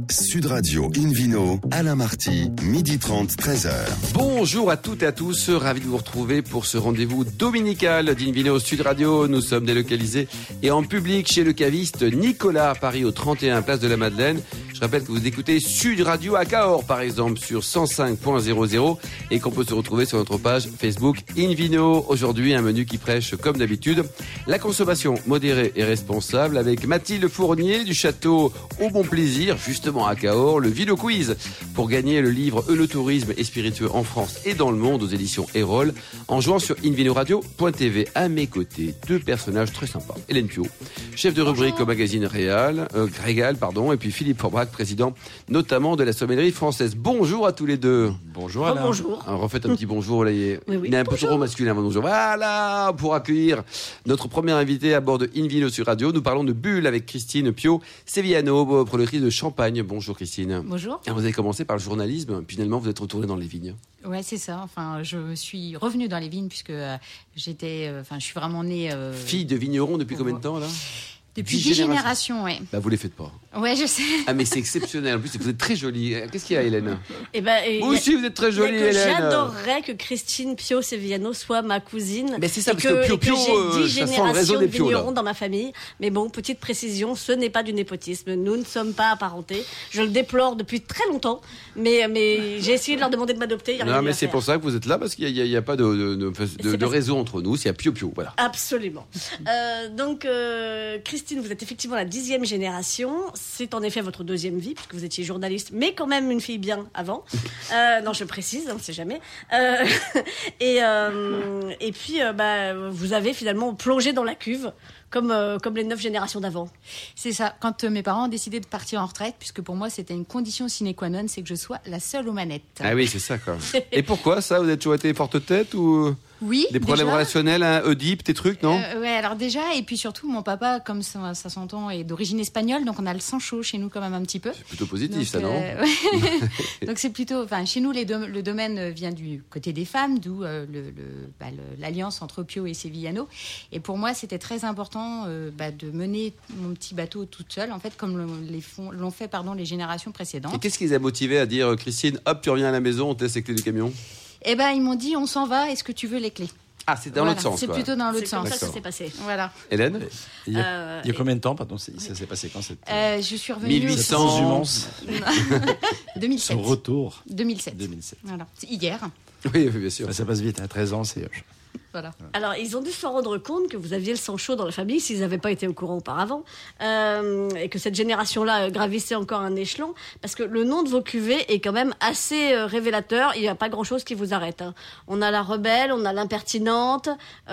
Sud Radio Invino, Alain Marty, 12h30, 13h. Bonjour à toutes et à tous, ravi de vous retrouver pour ce rendez-vous dominical d'Invino Sud Radio. Nous sommes délocalisés et en public chez le caviste Nicolas à Paris au 31 place de la Madeleine. Je rappelle que vous écoutez Sud Radio à Cahors par exemple sur 105.00 et qu'on peut se retrouver sur notre page Facebook Invino. Aujourd'hui un menu qui prêche comme d'habitude la consommation modérée et responsable avec Mathilde Fournier du château Au Bon Plaisir, justement à Cahors, le Vino Quiz pour gagner le livre Œnotourisme et spiritueux en France et dans le monde aux éditions Erol en jouant sur invinoradio.tv. À mes côtés, deux personnages très sympas. Hélène Pio, chef de rubrique au magazine Régal, et puis Philippe Forbrac, président notamment de la sommellerie française. Bonjour à tous les deux. Bonjour Alain. Bonjour. Alors, refaites un petit bonjour. Là, il est un peu trop masculin. Bonjour. Voilà, pour accueillir notre premier invité à bord de Invino sur Radio. Nous parlons de bulles avec Christine Pio Sevillano, productrice de champagne. Bonjour Christine. Bonjour. Alors, vous avez commencé par le journalisme, puis finalement vous êtes retournée dans les vignes. Ouais, c'est ça. Enfin, je suis revenue dans les vignes puisque je suis vraiment née. Fille de vigneron depuis combien de temps là? Depuis 10 générations, oui. Bah, vous les faites pas. Ouais, je sais. Ah, mais c'est exceptionnel. En plus, vous êtes très jolie. Qu'est-ce qu'il y a, Hélène? Vous aussi, vous êtes très jolie, Hélène. J'adorerais que Christine Pio Sevillano soit ma cousine. Mais c'est ça, parce que Pio, j'ai 10 ça sent le réseau générations des de Pio, vignerons là. dans ma famille. Mais bon, petite précision, ce n'est pas du népotisme. Nous ne sommes pas apparentés. Je le déplore depuis très longtemps. Mais j'ai essayé de leur demander de m'adopter. Non, mais c'est pour ça que vous êtes là, parce qu'il n'y a pas de réseau entre nous. C'est à Pio, voilà. Absolument. Christine, vous êtes effectivement la 10e génération. C'est en effet votre deuxième vie, puisque vous étiez journaliste, mais quand même une fille bien avant. Non, je précise, on ne sait jamais. Et puis, vous avez finalement plongé dans la cuve, comme les 9 générations d'avant. C'est ça. Quand mes parents ont décidé de partir en retraite, puisque pour moi c'était une condition sine qua non, c'est que je sois la seule aux manettes. Ah oui, c'est ça, quoi. Et pourquoi ça? Vous avez toujours été forte tête ou... Oui, des problèmes déjà, relationnels, Oedipe, tes trucs, non? Ouais, alors déjà, et puis surtout, mon papa, comme ça s'entend, est d'origine espagnole, donc on a le sang chaud chez nous quand même un petit peu. C'est plutôt positif, donc, ça, non? Ouais. Donc c'est plutôt, chez nous, le domaine vient du côté des femmes, d'où l'alliance entre Pio et Sevillano. Et pour moi, c'était très important de mener mon petit bateau toute seule, en fait, comme l'ont fait les générations précédentes. Et qu'est-ce qui les a motivés à dire, Christine, hop, tu reviens à la maison, on te laisse les clés du camion? Eh ben, ils m'ont dit, on s'en va, est-ce que tu veux les clés? Ah, c'est dans l'autre sens, c'est quoi. plutôt dans l'autre sens. C'est comme ça que ça s'est passé. Voilà. Hélène? Il y a combien de temps, pardon, ça s'est passé quand cette... Je suis revenue... 1800... transhumance. 2007. Son retour. 2007. Voilà. C'est hier. Oui, bien sûr. Ça passe vite, à 13 ans, c'est... Voilà. Alors, ils ont dû se rendre compte que vous aviez le sang chaud dans la famille, s'ils n'avaient pas été au courant auparavant, et que cette génération-là gravissait encore un échelon, parce que le nom de vos cuvées est quand même assez révélateur. Il n'y a pas grand-chose qui vous arrête. Hein. On a la rebelle, on a l'impertinente. Vous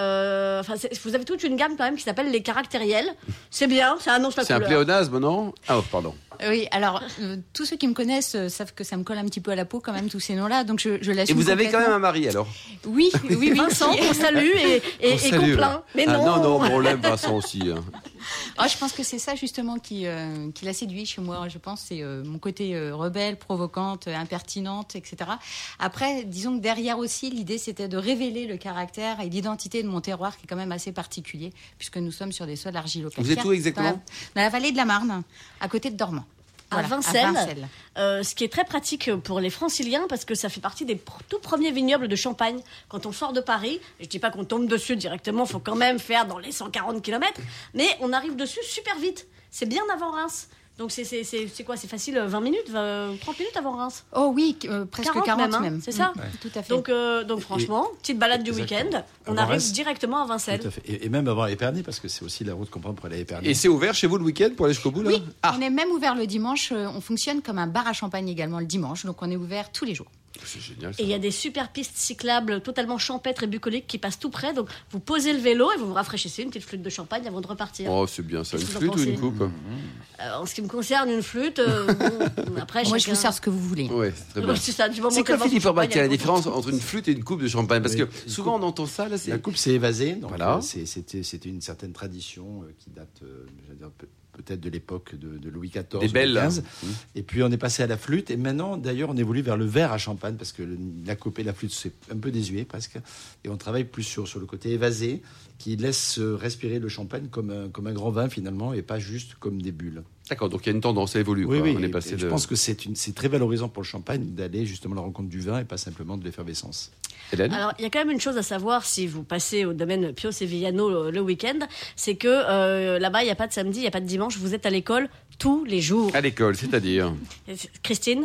avez toute une gamme quand même qui s'appelle les caractériels. C'est bien, ça annonce la C'est couleur. un pléonasme, non? Ah, pardon. Oui, alors, tous ceux qui me connaissent savent que ça me colle un petit peu à la peau quand même, tous ces noms-là, donc je l'assume. Et vous avez quand complètement. même un mari, alors? Oui. Vincent, qu'on salue et qu'on plaint. Mais non. Non, problème, Vincent aussi. Hein. Je pense que c'est ça justement qui l'a séduit chez moi. Je pense c'est mon côté rebelle, provocante, impertinente, etc. Après, disons que derrière aussi, l'idée c'était de révéler le caractère et l'identité de mon terroir qui est quand même assez particulier, puisque nous sommes sur des sols argilo-calcaires. Vous êtes où exactement? Dans la vallée de la Marne, à côté de Dormans. Voilà, à Vincelles. Ce qui est très pratique pour les franciliens parce que ça fait partie des tout premiers vignobles de Champagne. Quand on sort de Paris, je dis pas qu'on tombe dessus directement, il faut quand même faire dans les 140 km, mais on arrive dessus super vite. C'est bien avant Reims. Donc c'est quoi? C'est facile, 20 minutes, 30 minutes avant Reims? Oh oui, presque 40 même. C'est ça? Tout à fait. Donc franchement, petite balade du week-end, on arrive directement à Vincelles. Tout à fait. Et même avant Épernay, parce que c'est aussi la route qu'on prend pour aller à Épernay. Et c'est ouvert chez vous le week-end pour aller jusqu'au bout, là? Oui, on est même ouvert le dimanche. On fonctionne comme un bar à champagne également le dimanche, donc on est ouvert tous les jours. C'est génial, ça. Et il y a des super pistes cyclables totalement champêtres et bucoliques qui passent tout près. Donc vous posez le vélo et vous vous rafraîchissez une petite flûte de champagne avant de repartir. Oh, c'est bien ça. Une Qu'est-ce que flûte vous en ou une pensez? coupe? En ce qui me concerne, une flûte, après Moi, je chacun... vous sers ce que vous voulez. Oui, c'est très bien. C'est ça, du moment C'est qu'elle quoi, vend Philippe son Orbach, champagne, la elle est différence entre une flûte et une coupe de champagne? Parce Oui, que souvent on entend ça, là, c'est... La coupe, c'est évasé. Donc Voilà. c'était une certaine tradition qui date, j'allais dire, peut-être de l'époque de Louis XIV, Des belles, Louis XV. là. Et puis on est passé à la flûte. Et maintenant, d'ailleurs, on évolue vers le verre à champagne parce que la coupe et la flûte, c'est un peu désuet presque. Et on travaille plus sur le côté évasé qui laisse respirer le champagne comme un grand vin finalement et pas juste comme des bulles. D'accord, donc il y a une tendance, ça évolue. Oui, quoi. oui. On est passé Je pense que c'est très valorisant pour le champagne d'aller justement à la rencontre du vin et pas simplement de l'effervescence. Hélène ? Alors, il y a quand même une chose à savoir si vous passez au domaine Pio Sevillano le week-end, c'est que là-bas, il n'y a pas de samedi, il n'y a pas de dimanche, vous êtes à l'école tous les jours. À l'école, c'est-à-dire Christine ?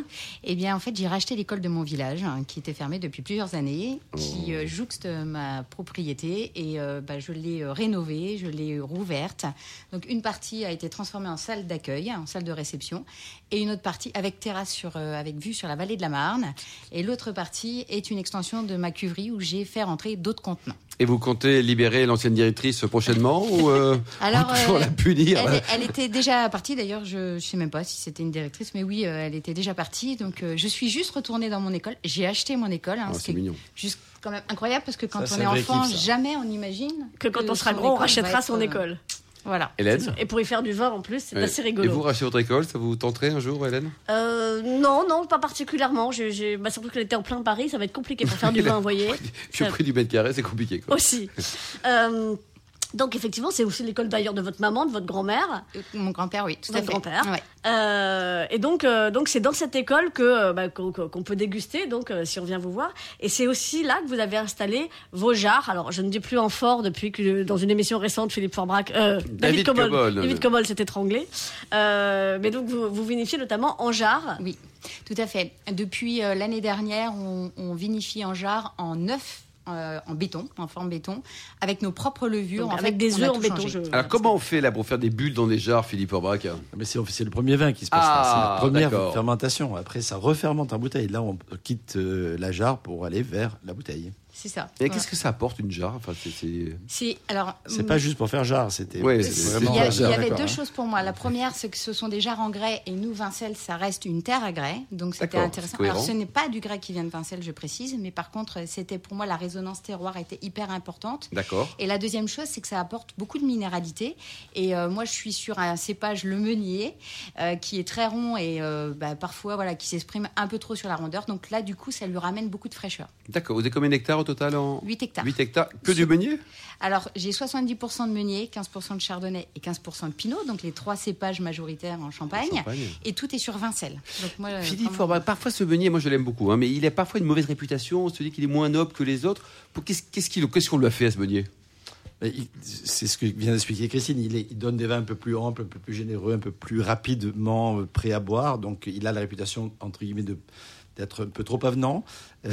Eh bien, en fait, j'ai racheté l'école de mon village, qui était fermée depuis plusieurs années, qui jouxte ma propriété, et je l'ai rénovée, je l'ai rouverte. Donc, une partie a été transformée en salle d'accueil, en salle de réception, et une autre partie avec terrasse avec vue sur la vallée de la Marne. Et l'autre partie est une extension de ma cuverie où j'ai fait rentrer d'autres contenants. Et vous comptez libérer l'ancienne directrice prochainement ou toujours la punir elle était déjà partie, d'ailleurs, je ne sais même pas si c'était une directrice, mais oui, elle était déjà partie. Donc, je suis juste retournée dans mon école. J'ai acheté mon école. C'est mignon. Juste quand même incroyable, parce que quand Ça, on c'est est un vrai enfant, kiff, ça. jamais on imagine Que quand on sera son grand, on école rachètera va être, son école. Voilà. Hélène ? Et pour y faire du vin en plus, c'est Ouais. assez Et rigolo. vous rachetez votre école, ça vous tenterait un jour, Hélène ? Non, pas particulièrement. Surtout qu'elle était en plein Paris, ça va être compliqué pour faire du vin, vous voyez. Puis au prix du mètre carré, c'est compliqué. Quoi. Aussi. Donc effectivement, c'est aussi l'école d'ailleurs de votre maman, de votre grand-mère. Mon grand-père, oui, tout à Votre fait. grand-père. Ouais. Et donc c'est dans cette école qu'on peut déguster, donc si on vient vous voir. Et c'est aussi là que vous avez installé vos jarres. Alors je ne dis plus en fort depuis que dans une émission récente, Philippe Forbrac, David Cobol s'est étranglé. Mais donc vous vinifiez notamment en jarre. Oui, tout à fait. Depuis l'année dernière, on vinifie en jarre en œuf. En béton, en forme béton, avec nos propres levures. Donc, en avec fait, des on a œufs en tout béton. changé. Alors comment on fait là pour faire des bulles dans des jarres, Philippe Orbach ? Mais c'est le premier vin qui se passe là. C'est la première d'accord. fermentation. Après, ça refermente en bouteille. Là, on quitte la jarre pour aller vers la bouteille. C'est ça. Et qu'est-ce que ça apporte une jarre ? Enfin, C'est pas juste pour faire jarre, c'était Ouais, c'est il vraiment. Il y avait D'accord, deux hein. choses pour moi. La première, c'est que ce sont des jarres en grès, et nous, Vincelles, ça reste une terre à grès. Donc c'était D'accord, intéressant. c'est cohérent. Alors ce n'est pas du grès qui vient de Vincelles, je précise, mais par contre, c'était pour moi la résonance terroir était hyper importante. D'accord. Et la deuxième chose, c'est que ça apporte beaucoup de minéralité. Et moi, je suis sur un cépage, le meunier, qui est très rond et parfois qui s'exprime un peu trop sur la rondeur. Donc là, du coup, ça lui ramène beaucoup de fraîcheur. D'accord. Vous avez combien d'hectares au total 8 hectares. 8 hectares. Que du meunier ? Alors, j'ai 70% de meunier, 15% de chardonnay et 15% de pinot, donc les 3 cépages majoritaires en Champagne. Et tout est sur Vincelles. Donc moi, Philippe Forbach, parfois ce meunier, moi je l'aime beaucoup, mais il a parfois une mauvaise réputation. On se dit qu'il est moins noble que les autres. Qu'est-ce qu'on lui a fait à ce meunier ? C'est ce que vient d'expliquer Christine. Il donne des vins un peu plus amples, un peu plus généreux, un peu plus rapidement prêts à boire. Donc, il a la réputation, entre guillemets, d'être un peu trop avenant,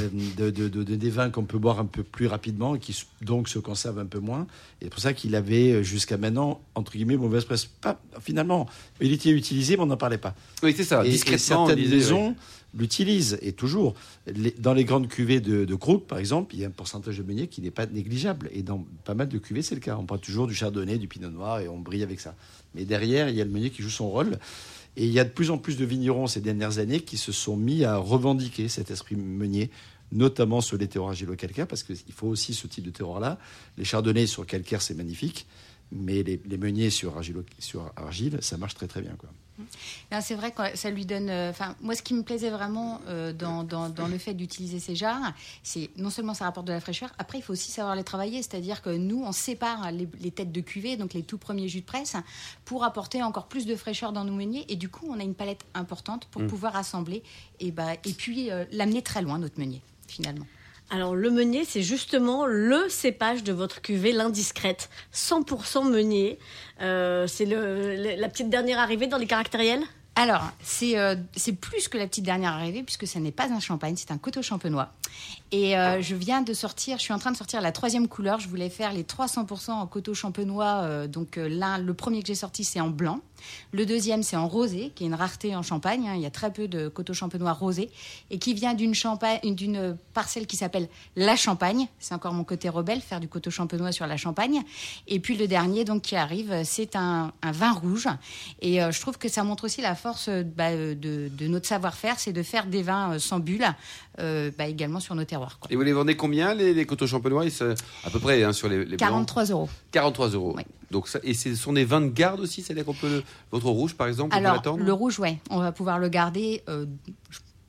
des vins qu'on peut boire un peu plus rapidement et qui donc se conservent un peu moins. Et c'est pour ça qu'il avait jusqu'à maintenant, entre guillemets, mauvaise presse. Pas, finalement, il était utilisé, mais on n'en parlait pas. Oui, c'est ça, discrètement. Certaines maisons l'utilisent, et toujours. Dans les grandes cuvées de Krug, par exemple, il y a un pourcentage de meunier qui n'est pas négligeable. Et dans pas mal de cuvées, c'est le cas. On prend toujours du chardonnay, du pinot noir, et on brille avec ça. Mais derrière, il y a le meunier qui joue son rôle. Et il y a de plus en plus de vignerons ces dernières années qui se sont mis à revendiquer cet esprit meunier, notamment sur les terroirs argilo-calcaires, parce qu'il faut aussi ce type de terroir-là. Les chardonnays sur calcaire, c'est magnifique, mais les meuniers sur argile, ça marche très très bien, quoi. Non, c'est vrai que ça lui donne. Moi, ce qui me plaisait vraiment dans le fait d'utiliser ces jarres, c'est non seulement ça rapporte de la fraîcheur, après il faut aussi savoir les travailler, c'est-à-dire que nous, on sépare les têtes de cuvée, donc les tout premiers jus de presse, pour apporter encore plus de fraîcheur dans nos meuniers, et du coup, on a une palette importante pour pouvoir assembler et puis l'amener très loin, notre meunier, finalement. Alors, le meunier, c'est justement le cépage de votre cuvée, l'indiscrète. 100% meunier. C'est la petite dernière arrivée dans les caractériels ? Alors, c'est plus que la petite dernière arrivée, puisque ce n'est pas un champagne, c'est un coteau champenois. Et je suis en train de sortir la 3e couleur. Je voulais faire les 300% en coteau champenois. Le premier que j'ai sorti, c'est en blanc. Le deuxième, c'est en rosé, qui est une rareté en Champagne. Il y a très peu de coteaux champenois rosés, et qui vient d'une parcelle qui s'appelle la Champagne. C'est encore mon côté rebelle, faire du coteau champenois sur la Champagne. Et puis le dernier, donc, qui arrive, c'est un vin rouge. Et je trouve que ça montre aussi la force de notre savoir-faire, c'est de faire des vins sans bulles, également sur nos terroirs, quoi. Et vous les vendez combien, les coteaux champenois ? À peu près, sur les 43 €. 43 €. Oui. Donc ce sont des vins de garde aussi, c'est-à-dire qu'on peut votre rouge par exemple, on peut Alors, l'attendre ? le rouge, ouais, on va pouvoir le garder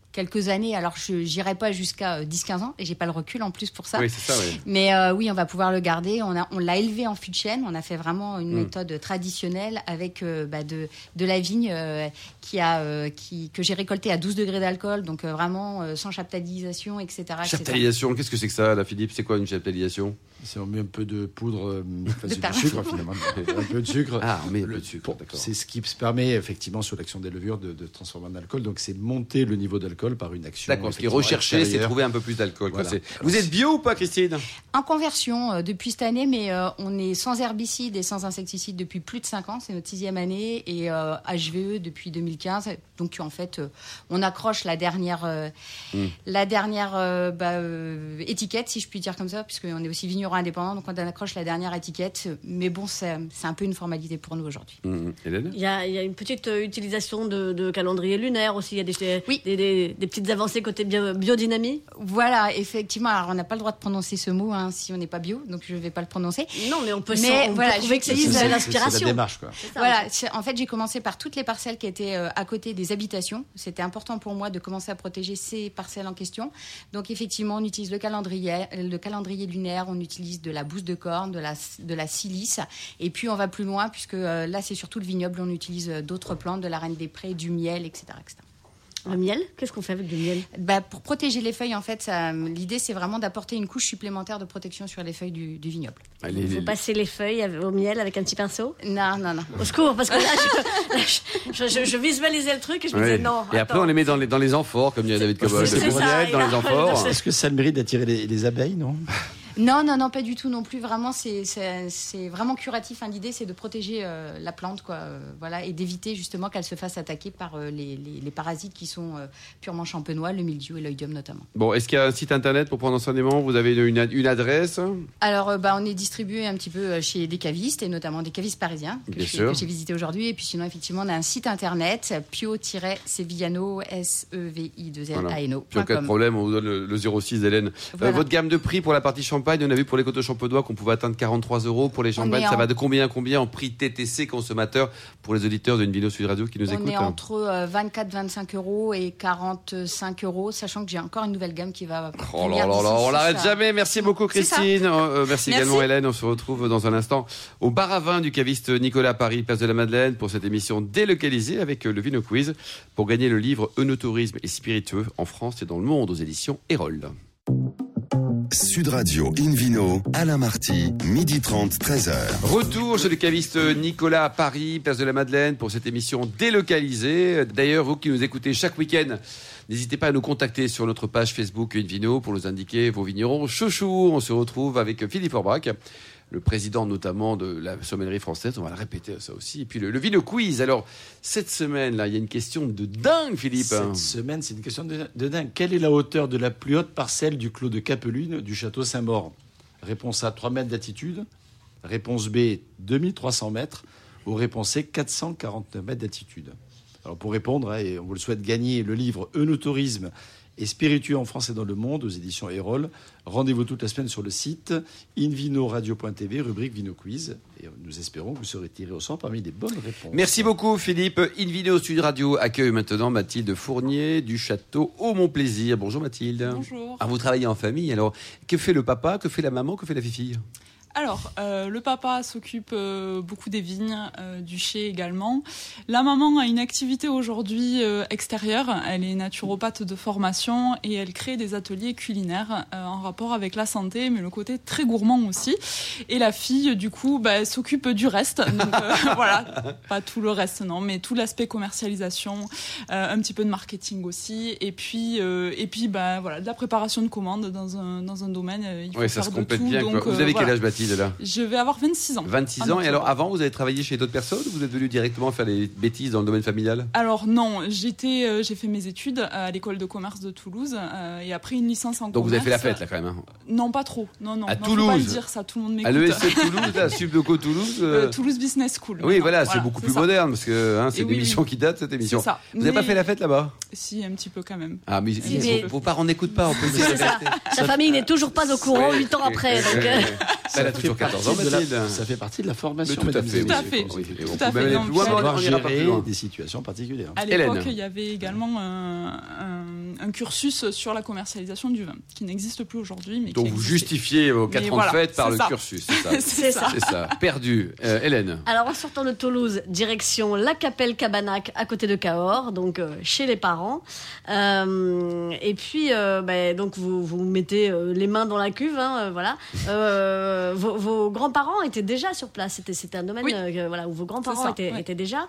quelques années. Alors, je n'irai pas jusqu'à 10-15 ans et j'ai pas le recul en plus pour ça. Oui, c'est ça, oui. Mais oui, on va pouvoir le garder. On l'a élevé en fût de chêne. On a fait vraiment une méthode traditionnelle avec de la vigne que j'ai récoltée à 12 degrés d'alcool, donc vraiment sans chaptalisation, etc. Chaptalisation, qu'est-ce que c'est que ça, là, Philippe? C'est quoi une chaptalisation? On met un peu de poudre, c'est tarn. du sucre finalement, un peu de sucre. Ah, on met un peu de sucre, d'accord. C'est ce qui permet effectivement sur l'action des levures de transformer en alcool. Donc c'est monter le niveau d'alcool par une action. D'accord, ce qui est recherché, c'est trouver un peu plus d'alcool. Voilà. Vous êtes bio ou pas, Christine? En conversion depuis cette année, mais on est sans herbicides et sans insecticides depuis plus de 5 ans. C'est notre 6e année et HVE depuis 2015. Donc en fait, on accroche la dernière étiquette, si je puis dire comme ça, puisqu'on est aussi vigneron indépendant, donc on accroche la dernière étiquette. Mais bon, c'est un peu une formalité pour nous aujourd'hui. Hélène? Il y a une petite utilisation de calendrier lunaire aussi. Il y a des petites avancées côté biodynamie. Voilà, effectivement. Alors, on n'a pas le droit de prononcer ce mot si on n'est pas bio, donc je ne vais pas le prononcer. Non, mais on peut voilà, trouver que c'est l'inspiration. C'est la démarche, quoi. Voilà, en fait, j'ai commencé par toutes les parcelles qui étaient à côté des habitations. C'était important pour moi de commencer à protéger ces parcelles en question. Donc, effectivement, on utilise le calendrier lunaire, on utilise de la bouse de corne, de la silice. Et puis, on va plus loin, puisque là, c'est surtout le vignoble. On utilise d'autres plantes, de la reine des prés, du miel, etc. Le miel, qu'est-ce qu'on fait avec du miel? Pour protéger les feuilles, en fait, l'idée, c'est vraiment d'apporter une couche supplémentaire de protection sur les feuilles du vignoble. Vous passez les feuilles au miel avec un petit pinceau? Non. Au secours, parce que là, je visualisais le truc et je me disais non. Et après, on les met dans les amphores, comme dirait David Cobol. C'est Le ça, miel dans les amphores. Est-ce que ça a le mérite d'attirer les abeilles, non? Non, pas du tout non plus. Vraiment, c'est vraiment curatif. L'idée, c'est de protéger la plante, voilà, et d'éviter justement qu'elle se fasse attaquer par les parasites qui sont purement champenois, le mildiou et l'oïdium notamment. Bon, est-ce qu'il y a un site internet pour prendre enseignement? Vous avez une adresse? Alors, on est distribué un petit peu chez des cavistes, et notamment des cavistes parisiens que j'ai visité aujourd'hui. Et puis sinon, effectivement, on a un site internet, pio-sevillano, SEVI2LANO. Puis en cas de problème, on vous donne le 06 d'Hélène. Voilà. Votre gamme de prix pour la partie champagne, on a vu pour les coteaux champenois qu'on pouvait atteindre 43 €. Pour les champagnes, ça va de combien à combien en prix TTC consommateur pour les auditeurs de Invino Sud Radio qui nous écoutent? On est entre 24-25 € et 45 €, sachant que j'ai encore une nouvelle gamme qui va. Oh là là là, on l'arrête jamais. Merci beaucoup, Christine. Merci également, Hélène. On se retrouve dans un instant au bar à vin du caviste Nicolas à Paris, place de la Madeleine, pour cette émission délocalisée avec le Vino Quiz pour gagner le livre Œnotourisme et spiritueux en France et dans le monde aux éditions Erol. Sud Radio Invino, Alain Marty, 12h30, 13h. Retour chez le caviste Nicolas à Paris, place de la Madeleine, pour cette émission délocalisée. D'ailleurs, vous qui nous écoutez chaque week-end, n'hésitez pas à nous contacter sur notre page Facebook Invino pour nous indiquer vos vignerons chouchous. On se retrouve avec Philippe Orbach, le président notamment de la sommellerie française. On va le répéter ça aussi. Et puis le Vino Quiz. Alors, cette semaine, là, il y a une question de dingue, Philippe. Cette semaine, c'est une question de dingue. Quelle est la hauteur de la plus haute parcelle du clos de Capelune du château Saint-Maur? Réponse A, 3 mètres d'altitude. Réponse B, 2300 mètres. Ou réponse C, 449 mètres d'altitude. Alors, pour répondre, et on vous le souhaite, gagner le livre Œnotourisme et spiritueux en France et dans le monde aux éditions Erol. Rendez-vous toute la semaine sur le site invinoradio.tv, rubrique Vino Quiz. Et nous espérons que vous serez tiré au sort parmi les bonnes réponses. Merci beaucoup, Philippe. Invino Sud Radio accueille maintenant Mathilde Fournier du château Au Mon Plaisir. Bonjour Mathilde. Bonjour. Ah, vous travaillez en famille, alors que fait le papa, que fait la maman, que fait la fille? Alors, le papa s'occupe beaucoup des vignes, du chai également. La maman a une activité aujourd'hui extérieure. Elle est naturopathe de formation et elle crée des ateliers culinaires en rapport avec la santé, mais le côté très gourmand aussi. Et la fille, du coup, elle s'occupe du reste. Donc, voilà, pas tout le reste, non, mais tout l'aspect commercialisation, un petit peu de marketing aussi. Et puis voilà, de la préparation de commandes dans un domaine. Il faut faire ça se de complète tout. bien. Donc, vous avez quel âge, Mathilde, là? Je vais avoir 26 ans. 26 ans. Et alors, avant, vous avez travaillé chez d'autres personnes ou vous êtes venu directement faire des bêtises dans le domaine familial? Alors non, j'ai fait mes études à l'école de commerce de Toulouse et après une licence en commerce. Donc vous avez fait la fête là quand même, hein? Non, pas trop. Non. À non, Toulouse. faut pas le dire ça, tout le monde m'écoute. À l'ESC Toulouse, là, Subloco Toulouse. Toulouse Business School. Oui, Non, voilà, c'est beaucoup plus moderne parce que c'est une émission qui date, cette émission. C'est ça. Vous n'avez pas fait la fête là-bas? Si, un petit peu quand même. Ah, mais mais... vos parents n'écoutent pas, on peut le dire. Sa famille n'est toujours pas au courant 8 ans après. Donc, Elle a toujours 14 ans, Mathilde. Ça fait partie de la formation. Tout à fait. Tout à fait. Oui. Et on Tout à peut fait. même aller Donc, plus loin, mais Savoir on ira pas plus gérer loin. des situations particulières. À l'époque, Hélène. il y avait également un cursus sur la commercialisation du vin, qui n'existe plus aujourd'hui. Mais Donc qui vous existait. justifiez vos 4 Mais ans voilà, de fête par c'est le ça. cursus, c'est ça. C'est ça. C'est ça. Perdu. Hélène. Alors en sortant de Toulouse, direction La Capelle-Cabanac à côté de Cahors, donc chez les parents. Et puis donc vous mettez les mains dans la cuve, hein, voilà. Vos grands-parents étaient déjà sur place. C'était un domaine Oui. où vos grands-parents C'est ça, étaient déjà.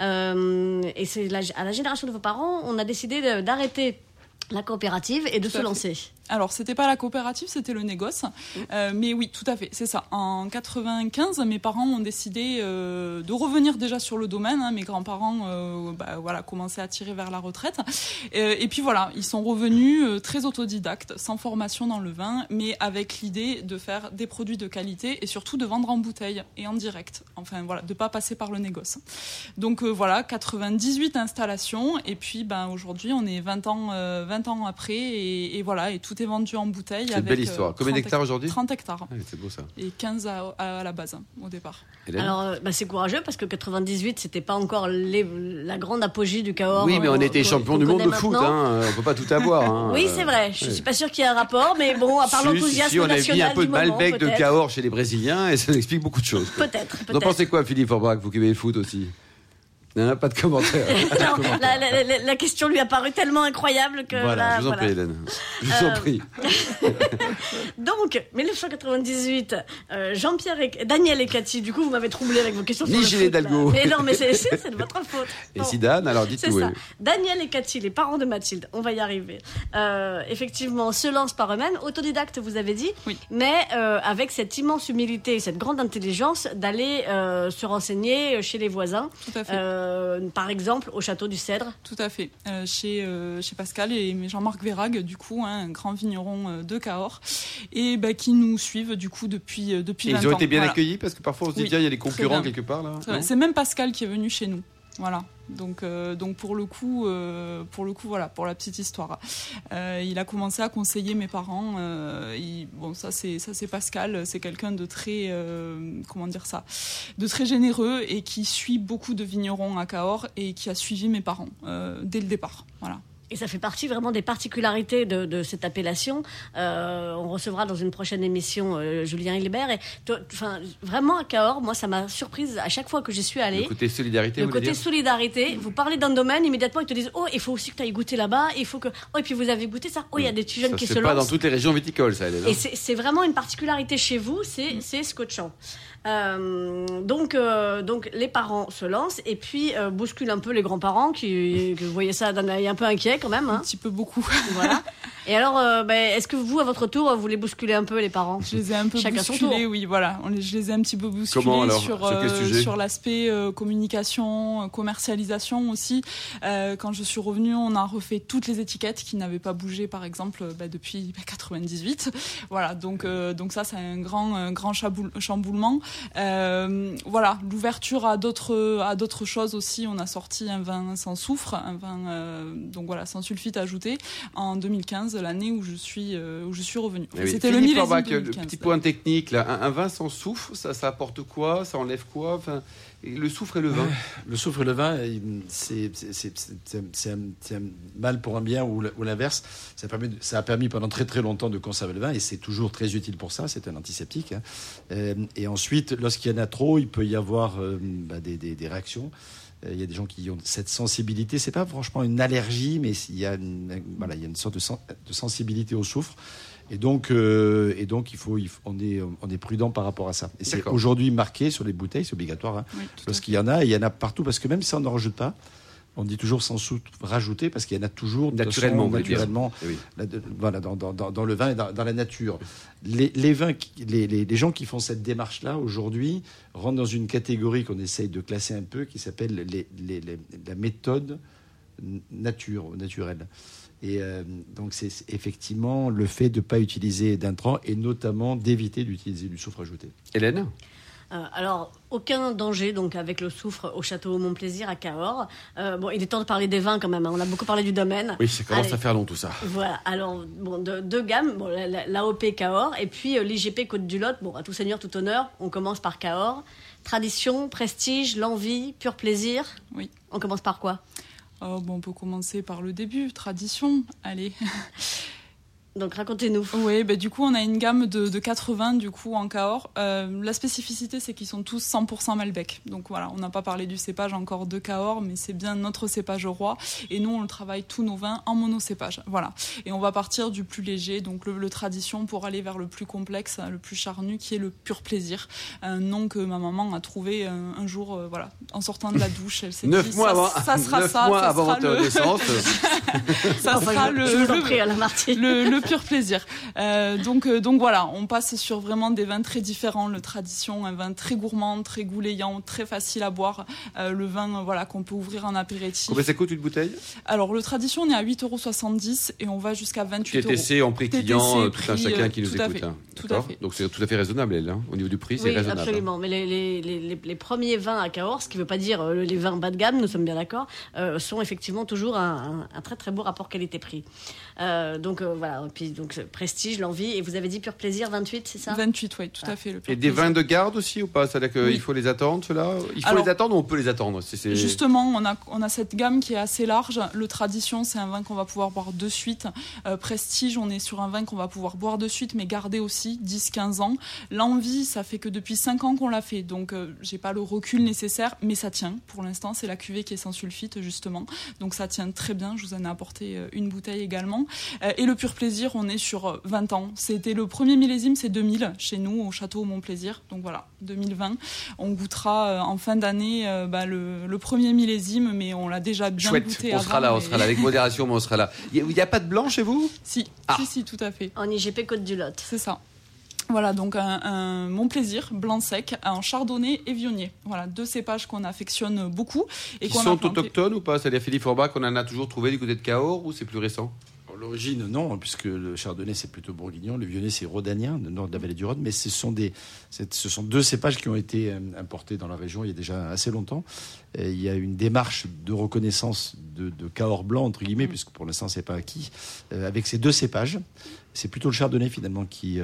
Et c'est à la génération de vos parents, on a décidé d'arrêter la coopérative et de se à fait. lancer. Alors, c'était pas la coopérative, c'était le négoce. Mais oui, tout à fait, c'est ça. En 95, mes parents ont décidé de revenir déjà sur le domaine. Hein. Mes grands-parents commençaient à tirer vers la retraite. Et puis voilà, ils sont revenus très autodidactes, sans formation dans le vin, mais avec l'idée de faire des produits de qualité et surtout de vendre en bouteille et en direct. Enfin voilà, de pas passer par le négoce. Donc 98 installations. Et puis aujourd'hui, on est 20 ans après. Et voilà, et tout est vendu en bouteille. C'est une belle histoire. Combien d'hectares aujourd'hui ? 30 hectares. Ah, c'est beau ça. Et 15 à la base, au départ. Hélène. Alors, c'est courageux parce que 98, c'était pas encore la grande apogée du Cahors. Oui, mais on était champion du monde de foot. Maintenant. On peut pas tout avoir. Hein. Oui, c'est vrai. Je suis pas sûre qu'il y ait un rapport, mais bon, à part l'enthousiasme Si, on a national mis un peu du de moment, Malbec de peut-être. Cahors chez les Brésiliens et ça nous explique beaucoup de choses. Peut-être. Vous en pensez quoi, Philippe Forbach, vous qui aimez le foot aussi ? Non, pas de commentaire. Non, la question lui a paru tellement incroyable que Voilà, Je vous en prie, Hélène. Je vous en prie. Donc, 1998, Daniel et Cathy, du coup, vous m'avez troublé avec vos questions sur Ni le Gilles foot, là. Hidalgo. Mais non, mais c'est de votre faute. Et Bon. Zidane, alors dites C'est tout. ça. oui. Daniel et Cathy, les parents de Mathilde, on va y arriver. Effectivement, se lancent par eux-mêmes, autodidacte, vous avez dit, Oui. mais avec cette immense humilité et cette grande intelligence d'aller se renseigner chez les voisins, Tout à fait. par exemple au château du Cèdre. Tout à fait. Chez Pascal et Jean-Marc Vérag, du coup, un grand vigneron de Cahors, et qui nous suivent du coup depuis 20 ans. Et ils ont été bien Voilà. accueillis parce que parfois on se dit Oui, tiens, il y a des très concurrents bien. quelque part là. Très bien. non C'est même Pascal qui est venu chez nous. Voilà. Donc pour le coup, voilà, pour la petite histoire. Il a commencé à conseiller mes parents. Ça c'est Pascal. C'est quelqu'un de très, de très généreux et qui suit beaucoup de vignerons à Cahors et qui a suivi mes parents dès le départ. Voilà. Et ça fait partie vraiment des particularités de cette appellation. On recevra dans une prochaine émission Julien Hilbert. Et vraiment à Cahors, moi ça m'a surprise à chaque fois que j'y suis allée. Le côté solidarité, Le vous voulez côté dire solidarité, vous parlez d'un domaine, immédiatement ils te disent oh il faut aussi que tu ailles goûter là-bas, il faut que et puis vous avez goûté ça, il y a des petits jeunes Ça qui se se fait pas lancent. dans toutes les régions viticoles, ça, Hélène. Et c'est vraiment une particularité chez vous, c'est scotchant. Donc les parents se lancent et puis bousculent un peu les grands-parents que vous voyez ça d'un œil un peu inquiet quand même. Un Hein. petit peu beaucoup. Voilà. Et alors, est-ce que vous, à votre tour, vous les bousculez un peu les parents ? Je les ai un peu Chacun son bousculés, tour. oui, voilà. Je les ai un petit peu bousculés. Comment, alors ? sur Sur quel sujet ? sur l'aspect communication, commercialisation aussi. Quand je suis revenue, on a refait toutes les étiquettes qui n'avaient pas bougé, par exemple, depuis 98. Voilà, donc ça, c'est un grand chamboulement. Voilà, l'ouverture à d'autres choses aussi. On a sorti un vin sans soufre, un vin sans sulfite ajouté en 2015, l'année où je suis revenue. Eh oui. C'était le Philippe millésime Forbach, 2015. le petit point technique, là, un vin sans soufre, ça apporte quoi ? Ça enlève quoi ? Enfin, le soufre et le vin. Le soufre et le vin, c'est un mal pour un bien ou l'inverse. Ça a permis pendant très très longtemps de conserver le vin et c'est toujours très utile pour ça. C'est un antiseptique. Hein. Et ensuite, lorsqu'il y en a trop, il peut y avoir des réactions. Il y a des gens qui ont cette sensibilité. C'est pas franchement une allergie, mais il y a une sorte de sensibilité au soufre. Et donc on est prudent par rapport à ça. Et c'est D'accord. aujourd'hui marqué sur les bouteilles, c'est obligatoire. Hein. Oui, tout à Lorsqu'il y en a, et il y en a partout, parce que même si on n'en rajoute pas, on dit toujours sans soufre rajouter, parce qu'il y en a toujours Naturellement, vous voulez dire. naturellement Eh oui. dans le vin et dans la nature. Les vins, les gens qui font cette démarche-là, aujourd'hui, rentrent dans une catégorie qu'on essaye de classer un peu, qui s'appelle la méthode naturelle. Et donc, c'est effectivement le fait de ne pas utiliser d'intrants et notamment d'éviter d'utiliser du soufre ajouté. Hélène ? Alors, aucun danger donc avec le soufre au château Montplaisir à Cahors. Bon, il est temps de parler des vins quand même. On a beaucoup parlé du domaine. Oui, ça commence à faire long tout ça. Voilà. Alors, bon, deux gammes. Bon, l'AOP Cahors et puis l'IGP Côte du Lot. Bon, à tout seigneur, tout honneur. On commence par Cahors. Tradition, prestige, l'envie, pur plaisir. Oui. On commence par quoi ? On peut commencer par le début. Tradition. Allez. Donc racontez-nous. Oui, du coup on a une gamme de 80 du coup en Cahors. La spécificité c'est qu'ils sont tous 100% Malbec. Donc voilà, on n'a pas parlé du cépage encore de Cahors, mais c'est bien notre cépage roi. Et nous on le travaille tous nos vins en monocépage. Voilà. Et on va partir du plus léger, donc le tradition, pour aller vers le plus complexe, le plus charnu, qui est le pur plaisir. Un nom que ma maman a trouvé un jour, voilà, en sortant de la douche, elle s'est dit ça sera ça. 9 mois avant votre naissance. Ça sera je vous en prie, Alain Marty. Le pur plaisir. Donc voilà, on passe sur vraiment des vins très différents. Le tradition, un vin très gourmand, très goulayant, très facile à boire. Le vin, voilà, qu'on peut ouvrir en apéritif. Combien ça coûte une bouteille ? Alors le tradition, on est à 8,70 € et on va jusqu'à 28 €. TTC en prix client, tout un chacun qui nous tout à écoute. fait, Hein. tout à fait. Donc c'est tout à fait raisonnable, elle. Hein. Au niveau du prix, c'est oui, raisonnable. Absolument. Mais les premiers vins à Cahors, ce qui ne veut pas dire les vins bas de gamme, nous sommes bien d'accord, sont effectivement toujours un très très beau rapport qualité-prix. Donc voilà, et puis donc prestige, l'envie, et vous avez dit pur plaisir, 28, c'est ça ? 28, oui, tout à fait. Le pur Et des plaisir. vins de garde aussi ou pas ? C'est-à-dire qu'il faut les attendre, ceux-là ? Il faut les attendre ou on peut les attendre ? Justement, on a cette gamme qui est assez large. Le tradition, c'est un vin qu'on va pouvoir boire de suite. Prestige, on est sur un vin qu'on va pouvoir boire de suite, mais garder aussi 10-15 ans. L'envie, ça fait que depuis 5 ans qu'on l'a fait, donc j'ai pas le recul nécessaire, mais ça tient. Pour l'instant, c'est la cuvée qui est sans sulfite, justement. Donc ça tient très bien. Je vous en ai apporté une bouteille également. Et le pur plaisir, on est sur 20 ans. C'était le premier millésime, c'est 2000, chez nous, au château Montplaisir. Donc voilà, 2020. On goûtera en fin d'année le premier millésime, mais on l'a déjà bien goûté on avant. sera là, avec modération, mais on sera là. Il n'y a pas de blanc chez vous ? Si, tout à fait. En IGP Côte du Lot. C'est ça. Voilà, donc un Montplaisir blanc sec, un chardonnay et viognier. Voilà, 2 cépages qu'on affectionne beaucoup. Et qui sont autochtones ou pas ? C'est-à-dire Philippe Forbach qu'on en a toujours trouvé du côté de Cahors ou c'est plus récent ? L'origine, non, puisque le chardonnay, c'est plutôt bourguignon, le viognier, c'est rhodanien, le nord de la vallée du Rhône, mais ce sont 2 cépages qui ont été importés dans la région il y a déjà assez longtemps. Et il y a une démarche de reconnaissance de Cahors blanc, entre guillemets, puisque pour l'instant, c'est pas acquis, avec ces 2 cépages. C'est plutôt le chardonnay, finalement, qui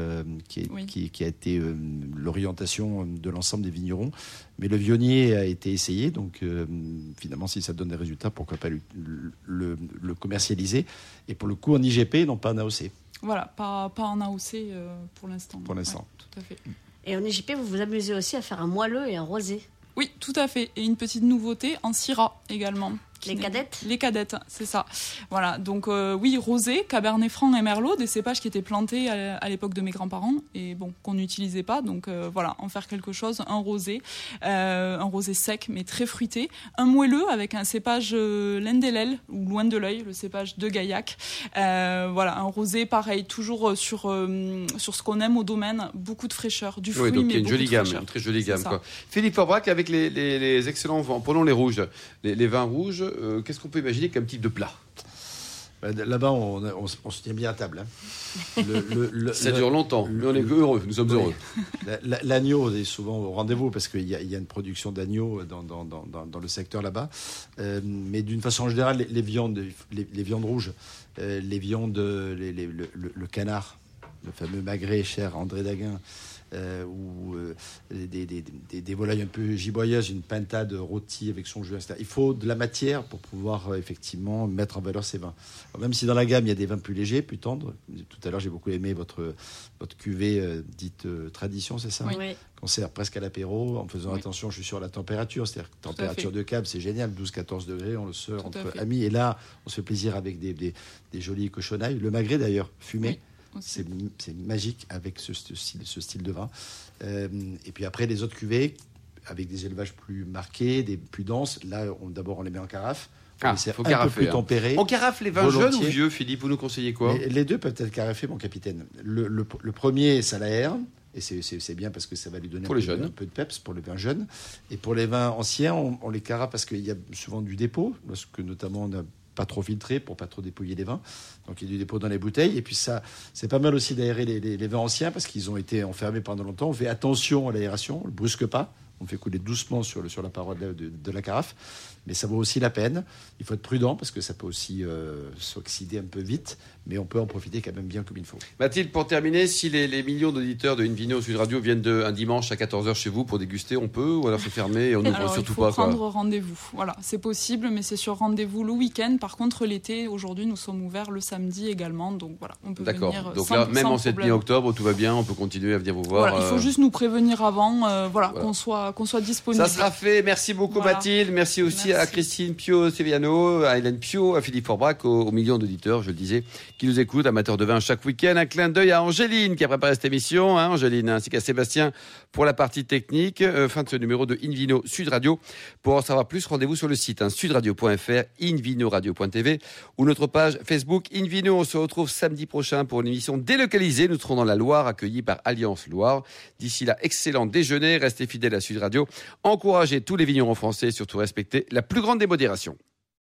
a été l'orientation de l'ensemble des vignerons. Mais le viognier a été essayé, donc finalement, si ça donne des résultats, pourquoi pas le commercialiser. Et pour le coup, en IGP, non pas en AOC. Voilà, pas en AOC pour l'instant. Pour l'instant. Ouais, tout à fait. Et en IGP, vous vous amusez aussi à faire un moelleux et un rosé. Oui, tout à fait. Et une petite nouveauté en Syrah également. Les cadettes ? Les cadettes, c'est ça. Voilà, donc oui, rosé, cabernet franc et merlot, des cépages qui étaient plantés à l'époque de mes grands-parents et bon, qu'on n'utilisait pas. Donc voilà, en faire quelque chose, un rosé sec mais très fruité. Un moelleux avec un cépage Lendelel ou Loin de l'œil, le cépage de Gaillac. Voilà, un rosé pareil, toujours sur ce qu'on aime au domaine, beaucoup de fraîcheur, du fruit, donc mais il y a une jolie gamme, fraîcheur. une très jolie gamme. Ça. Quoi. Philippe Forbach, avec les excellents vins, prenons les rouges, les vins rouges, qu'est-ce qu'on peut imaginer comme type de plat ? Là-bas, on se tient bien à table. Hein. Ça dure longtemps, mais on est heureux, nous sommes heureux. L'agneau est souvent au rendez-vous parce qu'il y a une production d'agneau dans le secteur là-bas. Mais d'une façon générale, les viandes rouges, les viandes, le canard, le fameux magret cher André Daguin, ou des volailles un peu giboyeuses, une pintade rôtie avec son jus, etc. Il faut de la matière pour pouvoir effectivement mettre en valeur ces vins. Alors, même si dans la gamme il y a des vins plus légers, plus tendres. Tout à l'heure j'ai beaucoup aimé votre cuvée dite tradition, c'est ça ? Oui. Qu'on sert presque à l'apéro en faisant attention, je suis sur la température, c'est-à-dire température de cave, c'est génial, 12-14 degrés, on le sert entre amis, et là on se fait plaisir avec des jolies cochonailles. Le magret d'ailleurs, fumé. Oui. C'est magique avec ce style de vin. Et puis après, les autres cuvées, avec des élevages plus marqués, plus denses, là, d'abord, on les met en carafe. On les sert un peu plus tempérés. On carafe les vins jeunes ou vieux, Philippe ? Vous nous conseillez quoi ? Les deux peuvent être carafés, mon capitaine. Le premier, ça l'aère. Et c'est bien parce que ça va lui donner un peu de peps pour les vins jeunes. Et pour les vins anciens, on les carafe parce qu'il y a souvent du dépôt, parce que notamment on a pas trop filtré pour pas trop dépouiller les vins. Donc il y a du dépôt dans les bouteilles. Et puis ça, c'est pas mal aussi d'aérer les vins anciens parce qu'ils ont été enfermés pendant longtemps. On fait attention à l'aération, on le brusque pas. On fait couler doucement sur la paroi de la carafe. Mais ça vaut aussi la peine. Il faut être prudent parce que ça peut aussi s'oxyder un peu vite. Mais on peut en profiter quand même bien comme il faut. Mathilde, pour terminer, si les millions d'auditeurs de InVino Sud Radio viennent un dimanche à 14h chez vous pour déguster, on peut ou alors c'est fermé et on n'ouvre surtout pas? Il faut prendre rendez-vous. Voilà, c'est possible, mais c'est sur rendez-vous le week-end. Par contre, l'été, aujourd'hui, nous sommes ouverts le samedi également. Donc voilà, on peut venir. D'accord. Donc là, même en cette mi-octobre, tout va bien, on peut continuer à venir vous voir. Voilà, il faut juste nous prévenir avant, qu'on soit disponible. Ça sera fait. Merci beaucoup Mathilde. Merci aussi à Christine Pio-Seviano, à Hélène Pio, à Philippe Forbrac, aux millions d'auditeurs, je le disais, qui nous écoutent, amateurs de vin chaque week-end. Un clin d'œil à Angéline qui a préparé cette émission, Angéline, ainsi qu'à Sébastien pour la partie technique. Fin de ce numéro de InVino Sud Radio. Pour en savoir plus, rendez-vous sur le site sudradio.fr, invinoradio.tv ou notre page Facebook InVino. On se retrouve samedi prochain pour une émission délocalisée. Nous serons dans la Loire, accueillis par Alliance Loire. D'ici là, excellent déjeuner. Restez fidèles à Sud Radio. Encouragez tous les vignerons français et surtout respectez la plus grande des modérations.